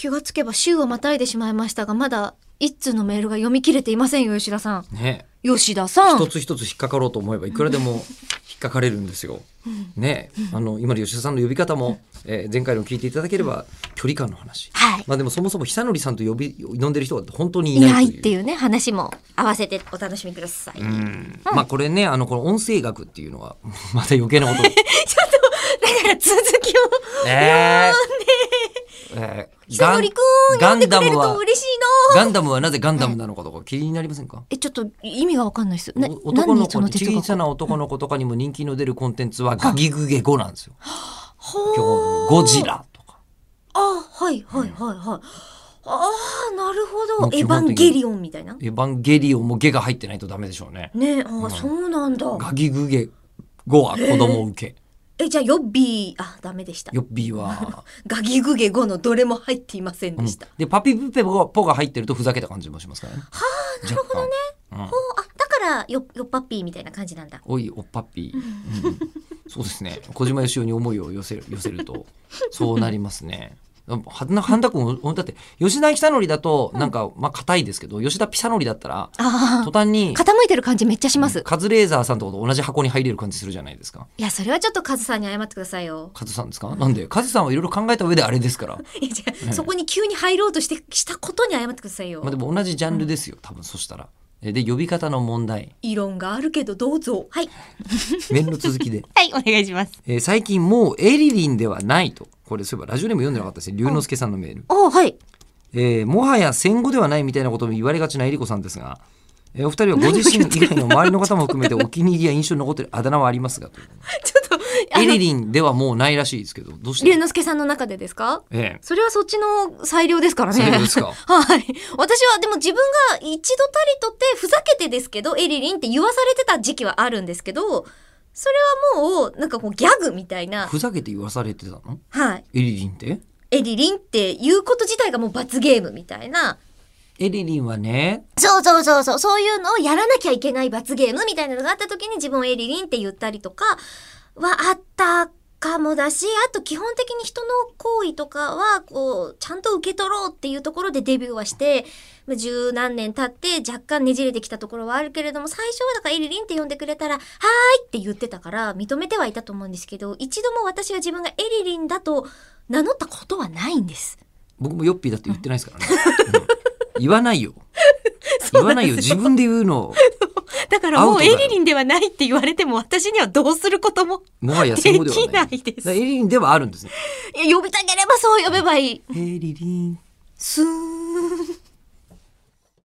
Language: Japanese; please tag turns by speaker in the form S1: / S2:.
S1: 気がつけば週をまたいでしまいましたが、まだ一通のメールが読み切れていませんよ、吉田さん。
S2: ね、
S1: 吉田さん。
S2: 一つ一つ引っかかろうと思えばいくらでも引っかかれるんですよ。ね、今の吉田さんの呼び方も、前回の聞いていただければ距離感の話。
S1: はい。
S2: まあでもそもそも久典さんと呼んでる人が本当にい
S1: い
S2: ない
S1: ないっていうね、話も合わせてお楽しみください。
S2: まあこれね、この音声学っていうのはまた余計なこと。
S1: ちょっと、だから続きを久典くん読んでくれると嬉しいな。
S2: ガンダムはなぜガンダムなのかとか気になりませんか？
S1: ちょっと意味が分かんないです。
S2: 男の子、小さな男の子とかにも人気の出るコンテンツはガギグゲ5なんですよ。今日ゴジラとか。
S1: はいはいはいはい。なるほど。エヴァンゲリオンみたいな。
S2: エヴァンゲリオンもゲが入ってないとダメでしょうね。
S1: ね、そうなんだ。
S2: ガギグゲ5は子供受け。
S1: じゃあヨッビーダメでした。
S2: ヨッビーは
S1: ガギグゲ5のどれも入っていませんでした。
S2: でパピプペポが入ってるとふざけた感じもしますからね。
S1: なるほどね。だからよっぱっぴーみたいな感じなんだ。
S2: おいおっぱっぴー。そうですね。小島よしおに思いを寄せるとそうなりますね。半田君だって吉田久典だとなんかまあ硬いですけど、吉田ピサノリだったら途端に
S1: 傾いてる感じめっちゃします。
S2: カズレーザーさんと同じ箱に入れる感じするじゃないですか。
S1: いや、それはちょっとカズさんに謝ってくださいよ。
S2: カズさんですか？なんでカズさんはいろいろ考えた上であれですから。
S1: そこに急に入ろうとしたことに謝ってくださいよ。
S2: まあでも同じジャンルですよ、多分そしたら。で呼び方の問題。
S1: 異論があるけどどうぞ。はい。
S2: メールの続きで。
S1: はい、お願いします。
S2: 最近もうエリリンではないと。これそういえばラジオでも読んでなかったですね。龍之介さんのメール。
S1: はい。
S2: もはや戦後ではないみたいなことも言われがちなえりこさんですが、お二人はご自身以外の周りの方も含めてお気に入りや印象に残っているあだ名はありますがという。
S1: ちょっと
S2: エリリンではもうないらしいですけど、どうして？
S1: 龍之介さんの中でですか？それはそっちの裁量ですからね。
S2: 裁量ですか？
S1: はい。私はでも自分が一度たりとてふざけてですけどエリリンって言わされてた時期はあるんですけど、それはもうなんかこうギャグみたいな。
S2: ふざけて言わされてたの？
S1: はい。
S2: エリリンって
S1: エリリンっていうこと自体がもう罰ゲームみたいな。
S2: エリリンはね、
S1: そういうのをやらなきゃいけない罰ゲームみたいなのがあった時に自分をエリリンって言ったりとかはあったかもだし、あと基本的に人の行為とかはこうちゃんと受け取ろうっていうところでデビューはして十何年経って若干ねじれてきたところはあるけれども、最初はだからエリリンって呼んでくれたらはーいって言ってたから認めてはいたと思うんですけど、一度も私は自分がエリリンだと名乗ったことはないんです。
S2: 僕もヨッピーだって言ってないですからね。言わないよ。言わないよ。自分で言うの。
S1: だからもうエリリンではないって言われても私にはどうすることもできないです。
S2: エリリンではあるんですね。
S1: 呼びたければそう呼べばいい。
S2: エリリン
S1: スー